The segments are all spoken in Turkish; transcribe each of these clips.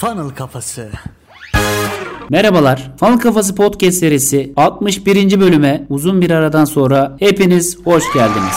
Funnel Kafası. Merhabalar. Funnel Kafası Podcast serisi 61. bölüme uzun bir aradan sonra hepiniz hoş geldiniz.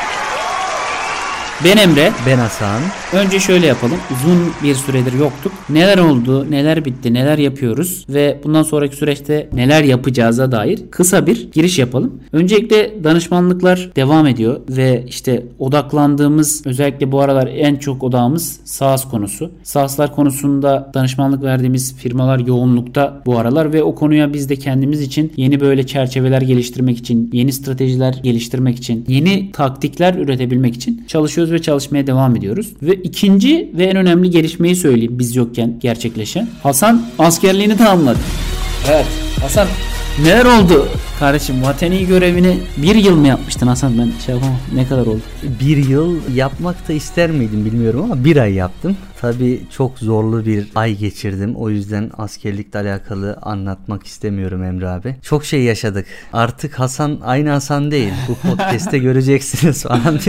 Ben Emre. Ben Hasan. Önce şöyle yapalım. Uzun bir süredir yoktuk. Neler oldu, neler bitti, neler yapıyoruz ve bundan sonraki süreçte neler yapacağıza dair kısa bir giriş yapalım. Öncelikle danışmanlıklar devam ediyor ve işte odaklandığımız, özellikle bu aralar en çok odağımız SaaS konusu. SaaS'lar konusunda danışmanlık verdiğimiz firmalar yoğunlukta bu aralar ve o konuya biz de kendimiz için yeni böyle çerçeveler geliştirmek için, yeni stratejiler geliştirmek için, yeni taktikler üretebilmek için çalışıyoruz ve çalışmaya devam ediyoruz. Ve ikinci ve en önemli gelişmeyi söyleyeyim biz yokken gerçekleşen. Hasan askerliğini tamamladı. Evet Hasan, neler oldu? Kardeşim vatani görevini bir yıl mı yapmıştın Hasan? Ben yapamam. Ne kadar oldu? Bir yıl yapmak da ister miydim bilmiyorum ama bir ay yaptım. Tabii çok zorlu bir ay geçirdim. O yüzden askerlikle alakalı anlatmak istemiyorum Emre abi. Çok şey yaşadık. Artık Hasan aynı Hasan değil. Bu podcast'te göreceksiniz falan.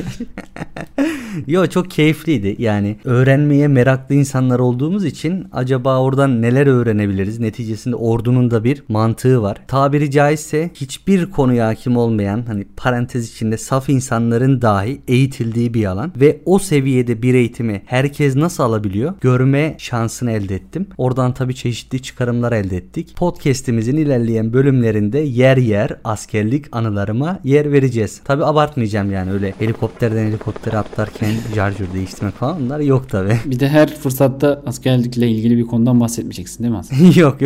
Yo, çok keyifliydi. Yani öğrenmeye meraklı insanlar olduğumuz için acaba oradan neler öğrenebiliriz? Neticesinde ordunun da bir mantığı var. Tabiri caizse hiçbir konuya hakim olmayan, hani parantez içinde saf insanların dahi eğitildiği bir alan ve o seviyede bir eğitimi herkes nasıl alabiliyor? Görme şansını elde ettim. Oradan tabii çeşitli çıkarımlar elde ettik. Podcast'imizin ilerleyen bölümlerinde yer yer askerlik anılarıma yer vereceğiz. Tabii abartmayacağım yani, öyle helikopterden helikoptere atlarken charger değiştirmek falan, onlar yok tabii. Bir de her fırsatta askerlikle ilgili bir konudan bahsetmeyeceksin değil mi Hasan? Yok.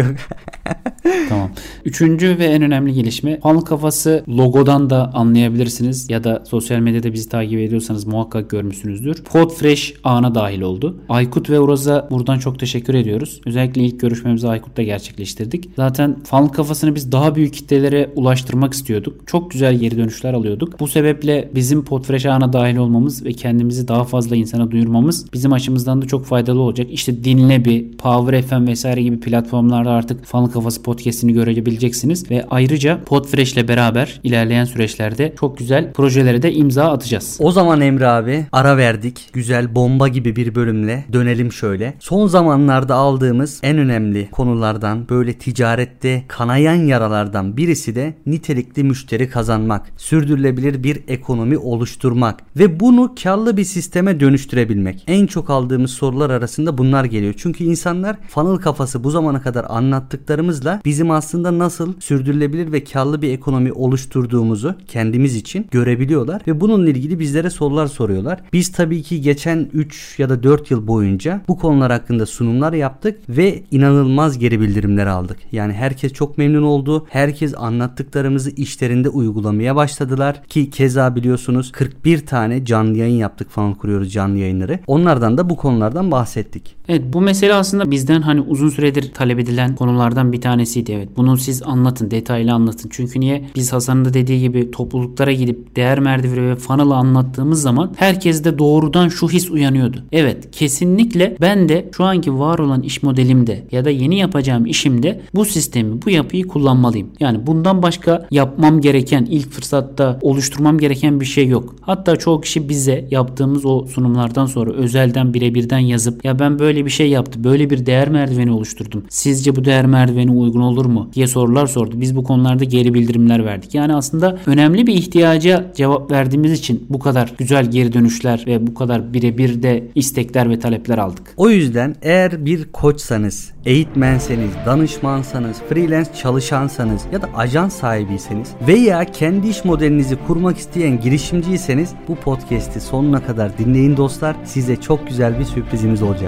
Tamam. Üçüncü ve en önemli gelişme, Funnel Kafası logodan da anlayabilirsiniz ya da sosyal medyada bizi takip ediyorsanız muhakkak görmüşsünüzdür. Podfresh ağına dahil oldu. Aykut ve Uraz'a buradan çok teşekkür ediyoruz. Özellikle ilk görüşmemizi Aykut'ta gerçekleştirdik. Zaten Funnel Kafası'nı biz daha büyük kitlelere ulaştırmak istiyorduk. Çok güzel geri dönüşler alıyorduk. Bu sebeple bizim Podfresh ağına dahil olmamız ve kendimizi daha fazla insana duyurmamız bizim açımızdan da çok faydalı olacak. İşte Dinlebi, Power FM vesaire gibi platformlarda artık Funnel Kafası podcast'ini görebileceksiniz ve ayrıca Podfresh ile beraber ilerleyen süreçlerde çok güzel projelere de imza atacağız. O zaman Emre abi, ara verdik. Güzel bomba gibi bir bölümle dönelim şöyle. Son zamanlarda aldığımız en önemli konulardan, böyle ticarette kanayan yaralardan birisi de nitelikli müşteri kazanmak, sürdürülebilir bir ekonomi oluşturmak ve bunu karlı bir sisteme dönüştürebilmek. En çok aldığımız sorular arasında bunlar geliyor. Çünkü insanlar Funnel Kafası bu zamana kadar anlattıklarımızla bizim aslında nasıl sürdürülebilir ve karlı bir ekonomi oluşturduğumuzu kendimiz için görebiliyorlar ve bununla ilgili bizlere sorular soruyorlar. Biz tabii ki geçen 3 ya da 4 yıl boyunca bu konular hakkında sunumlar yaptık ve inanılmaz geri bildirimler aldık. Yani herkes çok memnun oldu. Herkes anlattıklarımızı işlerinde uygulamaya başladılar ki keza biliyorsunuz 41 tane canlı yayın yaptık, falan kuruyoruz canlı yayınları. Onlardan da bu konulardan bahsettik. Evet, bu mesele aslında bizden hani uzun süredir talep edilen konulardan bir tanesiydi. Evet, bunu siz anlatın, detaylı anlatın. Çünkü niye? Biz Hasan'ın da dediği gibi topluluklara gidip değer merdiveni ve funnel'ı anlattığımız zaman herkeste doğrudan şu his uyanıyordu. Evet, kesinlikle ben de şu anki var olan iş modelimde ya da yeni yapacağım işimde bu sistemi, bu yapıyı kullanmalıyım. Yani bundan başka yapmam gereken, ilk fırsatta oluşturmam gereken bir şey yok. Hatta çoğu kişi bize yaptığımız o sunumlardan sonra özelden birebirden yazıp ya ben böyle bir şey yaptım, böyle bir değer merdiveni oluşturdum. Sizce bu değer merdiveni uygun olur mu diye sorular sordu. Biz bu konularda geri bildirimler verdik. Yani aslında önemli bir ihtiyaca cevap verdiğimiz için bu kadar güzel geri dönüşler ve bu kadar birebir de istekler ve talepler aldık. O yüzden eğer bir koçsanız, eğitmenseniz, danışmansanız, freelance çalışansanız ya da ajans sahibiyseniz veya kendi iş modelinizi kurmak isteyen girişimciyseniz bu podcast'i sonuna kadar dinleyin dostlar. Size çok güzel bir sürprizimiz olacak.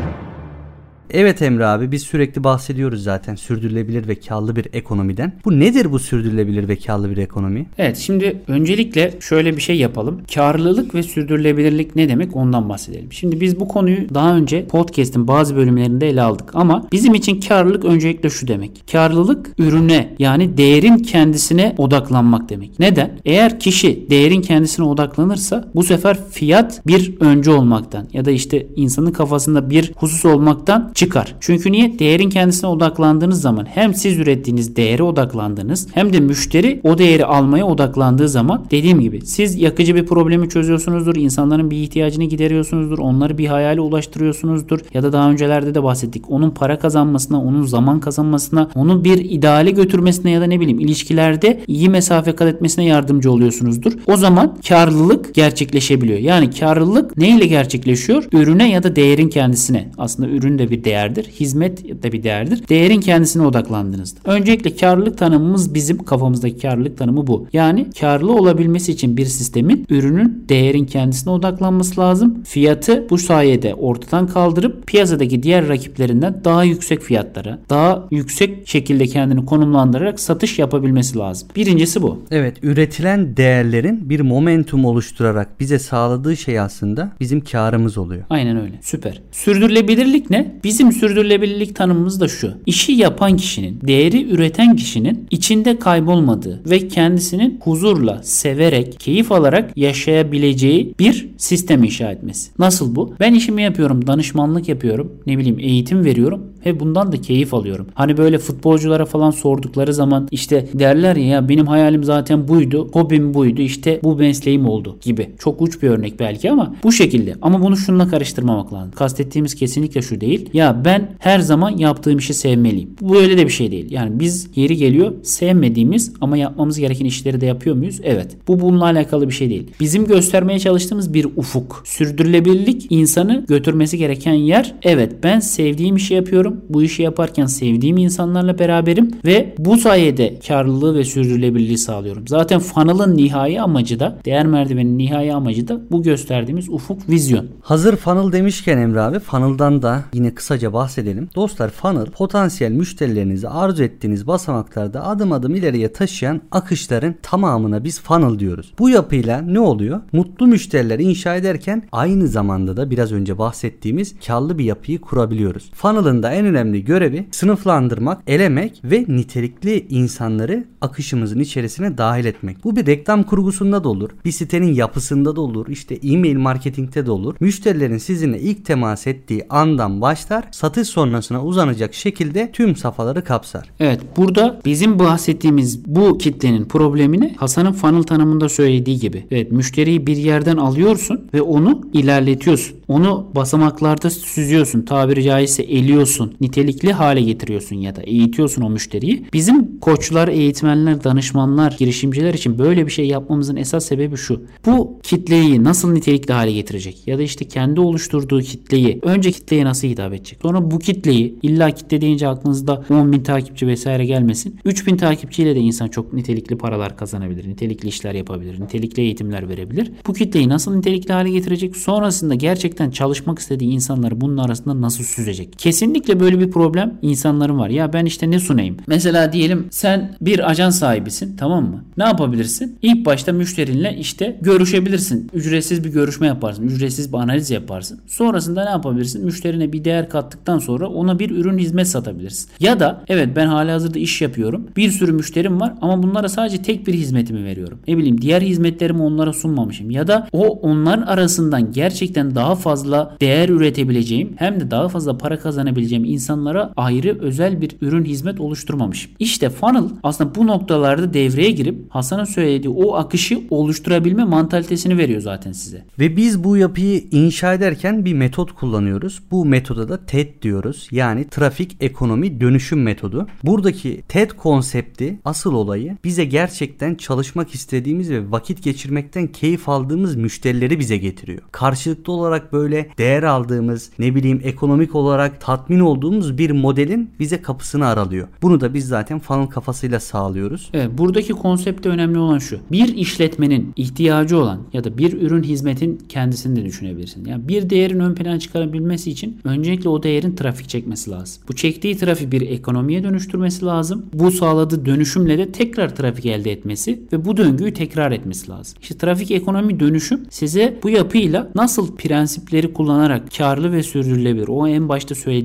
Evet Emre abi, biz sürekli bahsediyoruz zaten sürdürülebilir ve karlı bir ekonomiden. Bu nedir bu sürdürülebilir ve karlı bir ekonomi? Evet, şimdi öncelikle şöyle bir şey yapalım. Karlılık ve sürdürülebilirlik ne demek, ondan bahsedelim. Şimdi biz bu konuyu daha önce podcast'in bazı bölümlerinde ele aldık ama bizim için karlılık öncelikle şu demek. Karlılık ürüne, yani değerin kendisine odaklanmak demek. Neden? Eğer kişi değerin kendisine odaklanırsa bu sefer fiyat bir öncü olmaktan ya da işte insanın kafasında bir husus olmaktan çıkar. Çünkü niye? Değerin kendisine odaklandığınız zaman hem siz ürettiğiniz değere odaklandınız hem de müşteri o değeri almaya odaklandığı zaman dediğim gibi siz yakıcı bir problemi çözüyorsunuzdur. İnsanların bir ihtiyacını gideriyorsunuzdur. Onları bir hayale ulaştırıyorsunuzdur. Ya da daha öncelerde de bahsettik. Onun para kazanmasına, onun zaman kazanmasına, onu bir ideale götürmesine ya da ne bileyim ilişkilerde iyi mesafe kat etmesine yardımcı oluyorsunuzdur. O zaman karlılık gerçekleşebiliyor. Yani karlılık neyle gerçekleşiyor? Ürüne ya da değerin kendisine. Aslında ürün de bir değerdir. Hizmet de bir değerdir. Değerin kendisine odaklandığınızda. Öncelikle karlılık tanımımız bizim kafamızdaki karlılık tanımı bu. Yani karlı olabilmesi için bir sistemin ürünün değerin kendisine odaklanması lazım. Fiyatı bu sayede ortadan kaldırıp piyasadaki diğer rakiplerinden daha yüksek fiyatlara, daha yüksek şekilde kendini konumlandırarak satış yapabilmesi lazım. Birincisi bu. Evet, üretilen değerlerin bir momentum oluşturarak bize sağladığı şey aslında bizim karımız oluyor. Aynen öyle. Süper. Sürdürülebilirlik ne? Bizim sürdürülebilirlik tanımımız da şu. İşi yapan kişinin, değeri üreten kişinin içinde kaybolmadığı ve kendisinin huzurla, severek, keyif alarak yaşayabileceği bir sistem inşa etmesi. Nasıl bu? Ben işimi yapıyorum, danışmanlık yapıyorum, ne bileyim eğitim veriyorum ve bundan da keyif alıyorum. Hani böyle futbolculara falan sordukları zaman işte derler ya benim hayalim zaten buydu, hobim buydu, işte bu mesleğim oldu gibi. Çok uç bir örnek belki ama bu şekilde. Ama bunu şununla karıştırmamak lazım. Kastettiğimiz kesinlikle şu değil. Ya ben her zaman yaptığım işi sevmeliyim. Bu öyle de bir şey değil. Yani biz yeri geliyor sevmediğimiz ama yapmamız gereken işleri de yapıyor muyuz? Evet. Bu bununla alakalı bir şey değil. Bizim göstermeye çalıştığımız bir ufuk. Sürdürülebilirlik insanı götürmesi gereken yer. Evet ben sevdiğim işi yapıyorum. Bu işi yaparken sevdiğim insanlarla beraberim ve bu sayede karlılığı ve sürdürülebilirliği sağlıyorum. Zaten funnel'ın nihai amacı da, değer merdivenin nihai amacı da bu gösterdiğimiz ufuk, vizyon. Hazır funnel demişken Emre abi, funnel'dan da yine kısaca bahsedelim. Dostlar, funnel potansiyel müşterilerinizi arzu ettiğiniz basamaklarda adım adım ileriye taşıyan akışların tamamına biz funnel diyoruz. Bu yapıyla ne oluyor? Mutlu müşteriler inşa ederken aynı zamanda da biraz önce bahsettiğimiz karlı bir yapıyı kurabiliyoruz. Funnel'ın da en önemli görevi sınıflandırmak, elemek ve nitelikli insanları akışımızın içerisine dahil etmek. Bu bir reklam kurgusunda da olur, bir sitenin yapısında da olur, işte e-mail marketingte de olur. Müşterilerin sizinle ilk temas ettiği andan başlar, satış sonrasına uzanacak şekilde tüm safhaları kapsar. Evet, burada bizim bahsettiğimiz bu kitlenin problemini Hasan'ın funnel tanımında söylediği gibi. Evet, müşteriyi bir yerden alıyorsun ve onu ilerletiyorsun. Onu basamaklarda süzüyorsun. Tabiri caizse eliyorsun. Nitelikli hale getiriyorsun ya da eğitiyorsun o müşteriyi. Bizim koçlar, eğitmenler, danışmanlar, girişimciler için böyle bir şey yapmamızın esas sebebi şu. Bu kitleyi nasıl nitelikli hale getirecek? Ya da işte kendi oluşturduğu kitleyi, önce kitleye nasıl hitap edecek? Sonra bu kitleyi, illa kitle deyince aklınızda 10.000 takipçi vesaire gelmesin. 3.000 takipçiyle de insan çok nitelikli paralar kazanabilir. Nitelikli işler yapabilir. Nitelikli eğitimler verebilir. Bu kitleyi nasıl nitelikli hale getirecek? Sonrasında gerçekten çalışmak istediği insanları bunun arasında nasıl süzecek? Kesinlikle böyle bir problem insanların var. Ya ben işte ne sunayım? Mesela diyelim sen bir ajans sahibisin, tamam mı? Ne yapabilirsin? İlk başta müşterinle işte görüşebilirsin. Ücretsiz bir görüşme yaparsın. Ücretsiz bir analiz yaparsın. Sonrasında ne yapabilirsin? Müşterine bir değer kattıktan sonra ona bir ürün hizmet satabilirsin. Ya da evet ben halihazırda iş yapıyorum. Bir sürü müşterim var ama bunlara sadece tek bir hizmetimi veriyorum. Ne bileyim diğer hizmetlerimi onlara sunmamışım. Ya da onların arasından gerçekten daha fazla değer üretebileceğim hem de daha fazla para kazanabileceğim insanlara ayrı özel bir ürün hizmet oluşturmamışım. İşte funnel aslında bu noktalarda devreye girip Hasan'ın söylediği o akışı oluşturabilme mantalitesini veriyor zaten size. Ve biz bu yapıyı inşa ederken bir metot kullanıyoruz. Bu metoda da TED diyoruz. Yani trafik ekonomi dönüşüm metodu. Buradaki TED konsepti, asıl olayı bize gerçekten çalışmak istediğimiz ve vakit geçirmekten keyif aldığımız müşterileri bize getiriyor. Karşılıklı olarak böyle değer aldığımız, ne bileyim ekonomik olarak tatmin olduğumuz bir modelin bize kapısını aralıyor. Bunu da biz zaten funnel kafasıyla sağlıyoruz. Evet, buradaki konsepte önemli olan şu. Bir işletmenin ihtiyacı olan ya da bir ürün hizmetin kendisini de düşünebilirsin. Yani bir değerin ön plana çıkarabilmesi için öncelikle o değerin trafik çekmesi lazım. Bu çektiği trafiği bir ekonomiye dönüştürmesi lazım. Bu sağladığı dönüşümle de tekrar trafik elde etmesi ve bu döngüyü tekrar etmesi lazım. İşte trafik ekonomi dönüşüm size bu yapıyla nasıl prensipleri kullanarak karlı ve sürdürülebilir, o en başta söylediğimiz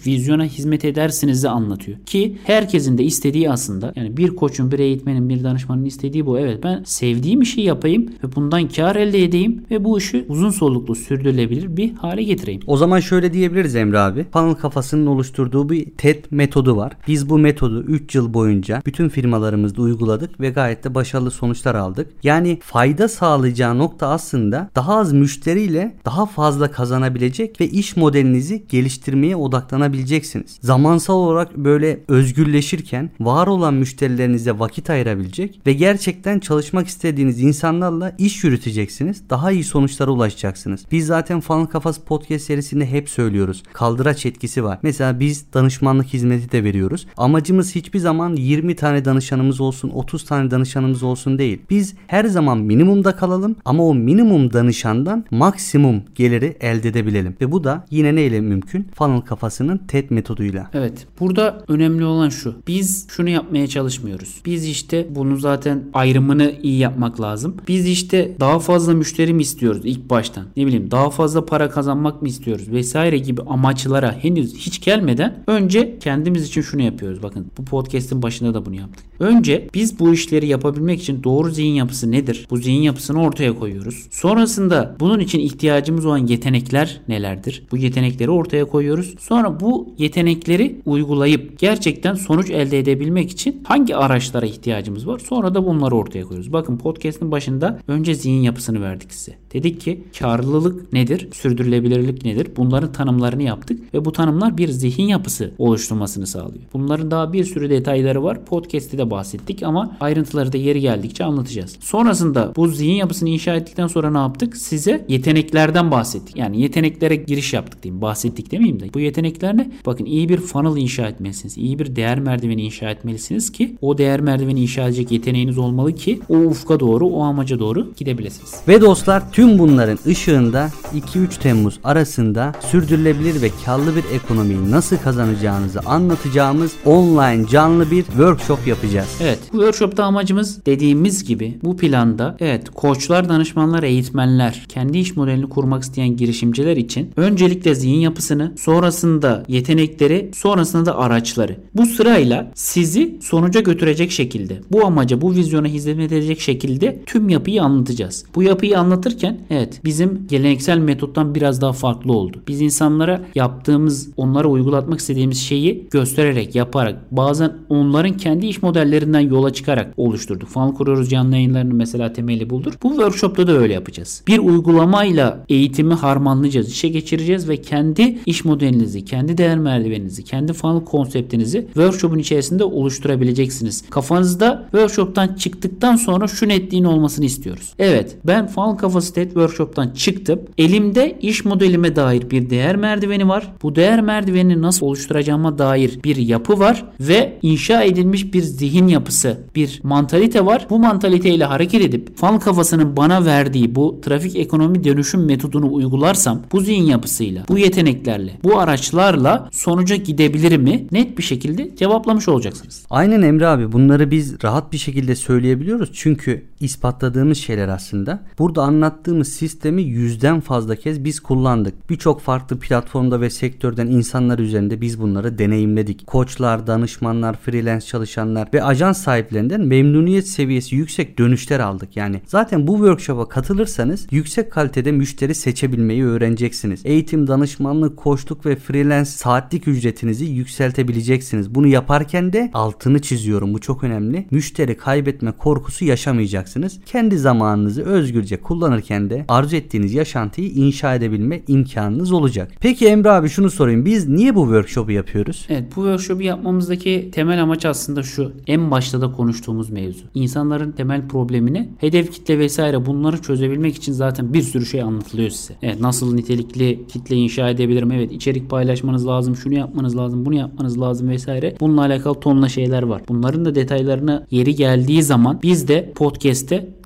vizyona hizmet edersiniz'i anlatıyor. Ki herkesin de istediği aslında, yani bir koçun, bir eğitmenin, bir danışmanın istediği bu. Evet, ben sevdiğim işi yapayım ve bundan kar elde edeyim ve bu işi uzun soluklu sürdürülebilir bir hale getireyim. O zaman şöyle diyebiliriz Emre abi. Funnel Kafası'nın oluşturduğu bir TED metodu var. Biz bu metodu 3 yıl boyunca bütün firmalarımızda uyguladık ve gayet de başarılı sonuçlar aldık. Yani fayda sağlayacağı nokta aslında daha az müşteriyle daha fazla kazanabilecek ve iş modelinizi geliştirmeye odaklanabileceksiniz. Zamansal olarak böyle özgürleşirken var olan müşterilerinize vakit ayırabilecek ve gerçekten çalışmak istediğiniz insanlarla iş yürüteceksiniz. Daha iyi sonuçlara ulaşacaksınız. Biz zaten Funnel Kafası podcast serisinde hep söylüyoruz. Kaldıraç etkisi var. Mesela biz danışmanlık hizmeti de veriyoruz. Amacımız hiçbir zaman 20 tane danışanımız olsun, 30 tane danışanımız olsun değil. Biz her zaman minimumda kalalım ama o minimum danışandan maksimum geliri elde edebilelim. Ve bu da yine neyle mümkün? Funnel Kafası'nın TED metoduyla. Evet. Burada önemli olan şu. Biz şunu yapmaya çalışmıyoruz. Biz işte bunu zaten ayrımını iyi yapmak lazım. Biz işte daha fazla müşteri mi istiyoruz ilk baştan? Ne bileyim, daha fazla para kazanmak mı istiyoruz vesaire gibi amaçlara henüz hiç gelmeden önce kendimiz için şunu yapıyoruz. Bakın, bu podcast'in başında da bunu yaptık. Önce biz bu işleri yapabilmek için doğru zihin yapısı nedir? Bu zihin yapısını ortaya koyuyoruz. Sonrasında bunun için ihtiyacımız olan yetenekler nelerdir? Bu yetenekleri ortaya koyuyoruz. Sonra bu yetenekleri uygulayıp gerçekten sonuç elde edebilmek için hangi araçlara ihtiyacımız var? Sonra da bunları ortaya koyuyoruz. Bakın, podcast'in başında önce zihin yapısını verdik size. Dedik ki karlılık nedir? Sürdürülebilirlik nedir? Bunların tanımlarını yaptık ve bu tanımlar bir zihin yapısı oluşturmasını sağlıyor. Bunların daha bir sürü detayları var. Podcast'te de bahsettik ama ayrıntıları da yeri geldikçe anlatacağız. Sonrasında bu zihin yapısını inşa ettikten sonra ne yaptık? Size yeteneklerden bahsettik. Yani yeteneklere giriş yaptık diyeyim. Bahsettik demeyeyim de. Bu yetenekler ne? Bakın, iyi bir funnel inşa etmelisiniz. İyi bir değer merdiveni inşa etmelisiniz ki o değer merdiveni inşa edecek yeteneğiniz olmalı ki o ufka doğru, o amaca doğru gidebilirsiniz. Ve dostlar, tüm bunların ışığında 2-3 Temmuz arasında sürdürülebilir ve karlı bir ekonomiyi nasıl kazanacağınızı anlatacağımız online canlı bir workshop yapacağız. Evet, bu workshopta amacımız dediğimiz gibi bu planda koçlar, danışmanlar, eğitmenler, kendi iş modelini kurmak isteyen girişimciler için öncelikle zihin yapısını, sonrasında yetenekleri, sonrasında da araçları. Bu sırayla sizi sonuca götürecek şekilde, bu amaca, bu vizyona hizmet edecek şekilde tüm yapıyı anlatacağız. Bu yapıyı anlatırken bizim geleneksel metottan biraz daha farklı oldu. Biz insanlara yaptığımız, onlara uygulatmak istediğimiz şeyi göstererek, yaparak, bazen onların kendi iş modellerinden yola çıkarak oluşturduk. Funnel Kuruyoruz canlı yayınlarının mesela temeli budur. Bu workshopta da öyle yapacağız. Bir uygulamayla eğitimi harmanlayacağız, işe geçireceğiz ve kendi iş modelinizi, kendi değer merdiveninizi, kendi funnel konseptinizi workshopun içerisinde oluşturabileceksiniz. Kafanızda workshoptan çıktıktan sonra şu netliğin olmasını istiyoruz. Evet, ben Funnel Kafası TED workshoptan çıktım. Elimde iş modelime dair bir değer merdiveni var. Bu değer merdivenini nasıl oluşturacağıma dair bir yapı var ve inşa edilmiş bir zihin yapısı, bir mantalite var. Bu mantaliteyle hareket edip Funnel Kafası'nın bana verdiği bu trafik ekonomi dönüşüm metodunu uygularsam, bu zihin yapısıyla, bu yeteneklerle, bu araçlarla sonuca gidebilir mi? Net bir şekilde cevaplamış olacaksınız. Aynen Emre abi, bunları biz rahat bir şekilde söyleyebiliyoruz çünkü ispatladığımız şeyler aslında. Burada anlattığımız sistemi 100'den fazla kez biz kullandık. Birçok farklı platformda ve sektörden insanlar üzerinde biz bunları deneyimledik. Koçlar, danışmanlar, freelance çalışanlar ve ajans sahiplerinden memnuniyet seviyesi yüksek dönüşler aldık. Yani zaten bu workshop'a katılırsanız yüksek kalitede müşteri seçebilmeyi öğreneceksiniz. Eğitim, danışmanlık, koçluk ve freelance saatlik ücretinizi yükseltebileceksiniz. Bunu yaparken de altını çiziyorum, bu çok önemli. Müşteri kaybetme korkusu yaşamayacaksınız. Kendi zamanınızı özgürce kullanırken de arzu ettiğiniz yaşantıyı inşa edebilme imkanınız olacak. Peki Emre abi, şunu sorayım. Biz niye bu workshop'u yapıyoruz? Evet, bu workshop'u yapmamızdaki temel amaç aslında şu. En başta da konuştuğumuz mevzu. İnsanların temel problemini, hedef kitle vesaire bunları çözebilmek için zaten bir sürü şey anlatılıyor size. Evet, nasıl nitelikli kitle inşa edebilirim? Evet, içerik paylaşmanız lazım, şunu yapmanız lazım, bunu yapmanız lazım vesaire. Bununla alakalı tonla şeyler var. Bunların da detaylarına yeri geldiği zaman biz de podcast'te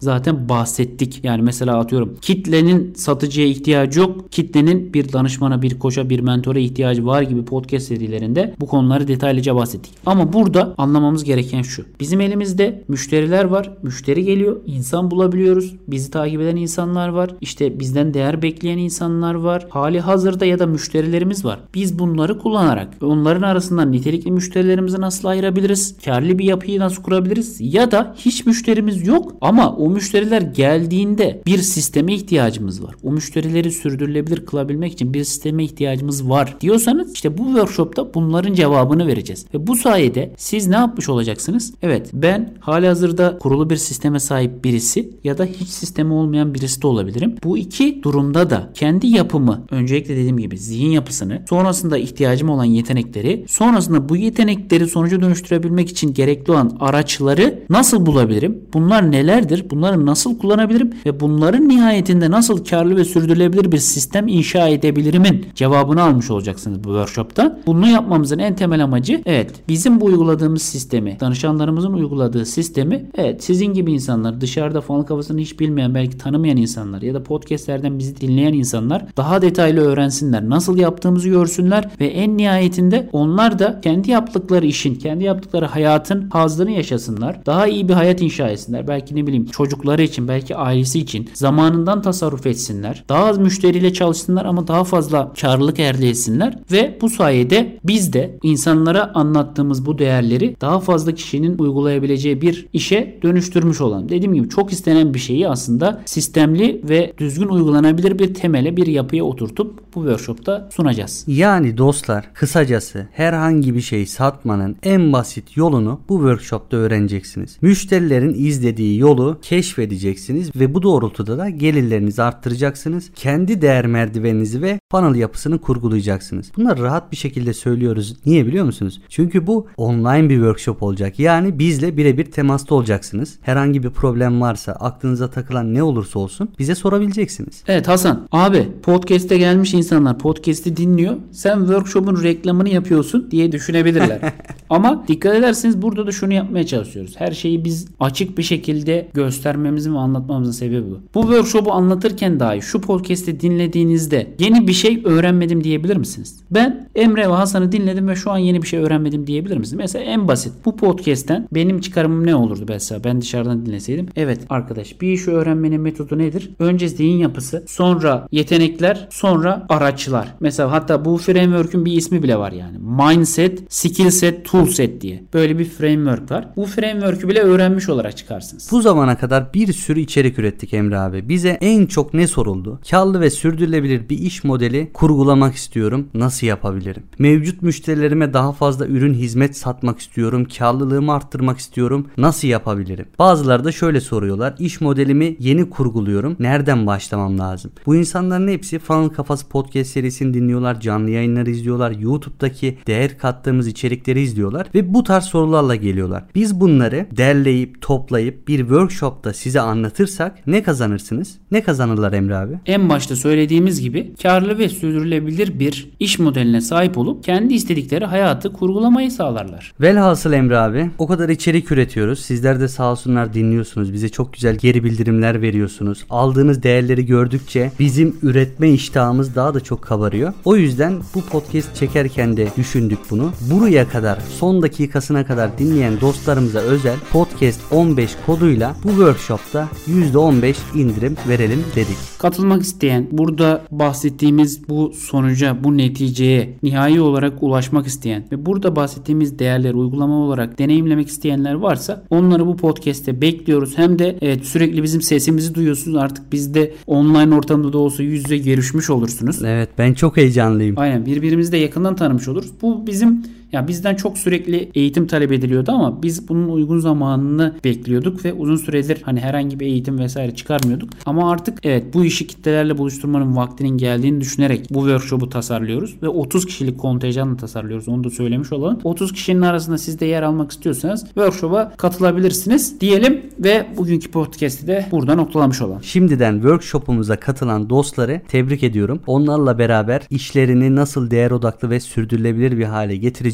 zaten bahsettik. Yani mesela atıyorum kitlenin satıcıya ihtiyacı yok. Kitlenin bir danışmana, bir koça, bir mentora ihtiyacı var gibi podcast serilerinde bu konuları detaylıca bahsettik. Ama burada anlamamız gereken şu. Bizim elimizde müşteriler var. Müşteri geliyor. İnsan bulabiliyoruz. Bizi takip eden insanlar var. İşte bizden değer bekleyen insanlar var. Hali hazırda ya da müşterilerimiz var. Biz bunları kullanarak onların arasından nitelikli müşterilerimizi nasıl ayırabiliriz? Karlı bir yapıyı nasıl kurabiliriz? Ya da hiç müşterimiz yok ama o müşteriler geldiğinde bir sisteme ihtiyacımız var. O müşterileri sürdürülebilir kılabilmek için bir sisteme ihtiyacımız var diyorsanız işte bu workshopta bunların cevabını vereceğiz. Ve bu sayede siz ne yapmış olacaksınız? Evet, ben halihazırda kurulu bir sisteme sahip birisi ya da hiç sistemi olmayan birisi de olabilirim. Bu iki durumda da kendi yapımı, öncelikle dediğim gibi zihin yapısını, sonrasında ihtiyacım olan yetenekleri, sonrasında bu yetenekleri sonuca dönüştürebilmek için gerekli olan araçları nasıl bulabilirim? Bunlar nelerdir? Bunları nasıl kullanabilirim? Ve bunların nihayetinde nasıl karlı ve sürdürülebilir bir sistem inşa edebilirimin cevabını almış olacaksınız bu workshopta. Bunu yapmamızın en temel amacı bizim bu uyguladığımız sistemi, danışanlarımızın uyguladığı sistemi sizin gibi insanlar, dışarıda funnel kafasını hiç bilmeyen, belki tanımayan insanlar ya da podcastlerden bizi dinleyen insanlar daha detaylı öğrensinler. Nasıl yaptığımızı görsünler ve en nihayetinde onlar da kendi yaptıkları işin, kendi yaptıkları hayatın hazzını yaşasınlar. Daha iyi bir hayat inşa etsinler. Belki ne bileyim çocukları için, belki ailesi için zamanından tasarruf etsinler. Daha az müşteriyle çalışsınlar ama daha fazla karlılık elde etsinler ve bu sayede biz de insanlara anlattığımız bu değerleri daha fazla kişinin uygulayabileceği bir işe dönüştürmüş olalım. Dediğim gibi çok istenen bir şeyi aslında sistemli ve düzgün uygulanabilir bir temele, bir yapıya oturtup bu workshopta sunacağız. Yani dostlar, kısacası herhangi bir şey satmanın en basit yolunu bu workshopta öğreneceksiniz. Müşterilerin izlediği yolu keşfedeceksiniz ve bu doğrultuda da gelirlerinizi arttıracaksınız. Kendi değer merdiveninizi ve funnel yapısını kurgulayacaksınız. Bunları rahat bir şekilde söylüyoruz. Niye biliyor musunuz? Çünkü bu online bir workshop olacak. Yani bizle birebir temasta olacaksınız. Herhangi bir problem varsa, aklınıza takılan ne olursa olsun bize sorabileceksiniz. Evet Hasan abi, podcast'e gelmiş insanlar podcast'i dinliyor. Sen workshop'un reklamını yapıyorsun diye düşünebilirler. Ama dikkat ederseniz burada da şunu yapmaya çalışıyoruz. Her şeyi biz açık bir şekilde göstermemizin ve anlatmamızın sebebi bu. Bu workshop'u anlatırken dahi şu podcast'i dinlediğinizde yeni bir şey öğrenmedim diyebilir misiniz? Ben Emre ve Hasan'ı dinledim ve şu an yeni bir şey öğrenmedim diyebilir misiniz? Mesela en basit bu podcast'ten benim çıkarımım ne olurdu mesela ben dışarıdan dinleseydim? Evet arkadaş, bir işi öğrenmenin metodu nedir? Önce zihin yapısı, sonra yetenekler, sonra araçlar. Mesela hatta bu framework'ün bir ismi bile var yani. Mindset, skill set, tool set diye. Böyle bir framework var. Bu framework'ü bile öğrenmiş olarak çıkarsınız. Bu zamana kadar bir sürü içerik ürettik Emre abi. Bize en çok ne soruldu? Karlı ve sürdürülebilir bir iş modeli kurgulamak istiyorum. Nasıl yapabilirim? Mevcut müşterilerime daha fazla ürün hizmet satmak istiyorum. Karlılığımı arttırmak istiyorum. Nasıl yapabilirim? Bazıları da şöyle soruyorlar. İş modelimi yeni kurguluyorum. Nereden başlamam lazım? Bu insanların hepsi Funnel Kafası podcast serisini dinliyorlar. Canlı yayınları izliyorlar. YouTube'daki değer kattığımız içerikleri izliyorlar. Ve bu tarz sorularla geliyorlar. Biz bunları derleyip toplayıp bir workshopta size anlatırsak ne kazanırsınız? Ne kazanırlar Emre abi? En başta söylediğimiz gibi karlı ve sürdürülebilir bir iş modeline sahip olup kendi istedikleri hayatı kurgulamayı sağlarlar. Velhasıl Emre abi, o kadar içerik üretiyoruz. Sizler de sağ olsunlar dinliyorsunuz. Bize çok güzel geri bildirimler veriyorsunuz. Aldığınız değerleri gördükçe bizim üretme iştahımız daha da çok kabarıyor. O yüzden bu podcast çekerken de düşündük bunu. Buraya kadar, son dakikasına kadar dinleyen dostlarımıza özel podcast 15 koduyla bu workshopta %15 indirim verelim dedik. Katılmak isteyen, burada bahsettiğimiz bu sonuca, bu neticeye nihai olarak ulaşmak isteyen ve burada bahsettiğimiz değerleri uygulama olarak deneyimlemek isteyenler varsa onları bu podcast'te bekliyoruz. Hem de evet, sürekli bizim sesimizi duyuyorsunuz. Artık biz de online ortamda da olsa yüz yüze görüşmüş olursunuz. Evet, ben çok heyecanlıyım. Aynen, birbirimizi de yakından tanımış oluruz. Bu bizim bizden çok sürekli eğitim talep ediliyordu ama biz bunun uygun zamanını bekliyorduk ve uzun süredir herhangi bir eğitim vesaire çıkarmıyorduk. Ama artık evet, bu işi kitlelerle buluşturmanın vaktinin geldiğini düşünerek bu workshop'u tasarlıyoruz ve 30 kişilik kontenjanla tasarlıyoruz. Onu da söylemiş olalım. 30 kişinin arasında siz de yer almak istiyorsanız workshop'a katılabilirsiniz diyelim ve bugünkü podcast'i de burada noktalamış olalım. Şimdiden workshop'umuza katılan dostları tebrik ediyorum. Onlarla beraber işlerini nasıl değer odaklı ve sürdürülebilir bir hale getirecek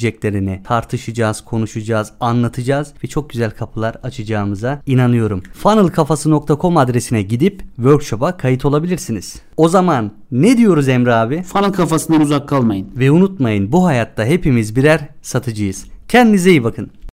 söyleyeceklerini tartışacağız, konuşacağız, anlatacağız ve çok güzel kapılar açacağımıza inanıyorum. Funnelkafası.com adresine gidip workshop'a kayıt olabilirsiniz. O zaman ne diyoruz Emre abi? Funnel kafasından uzak kalmayın. Ve unutmayın, bu hayatta hepimiz birer satıcıyız. Kendinize iyi bakın.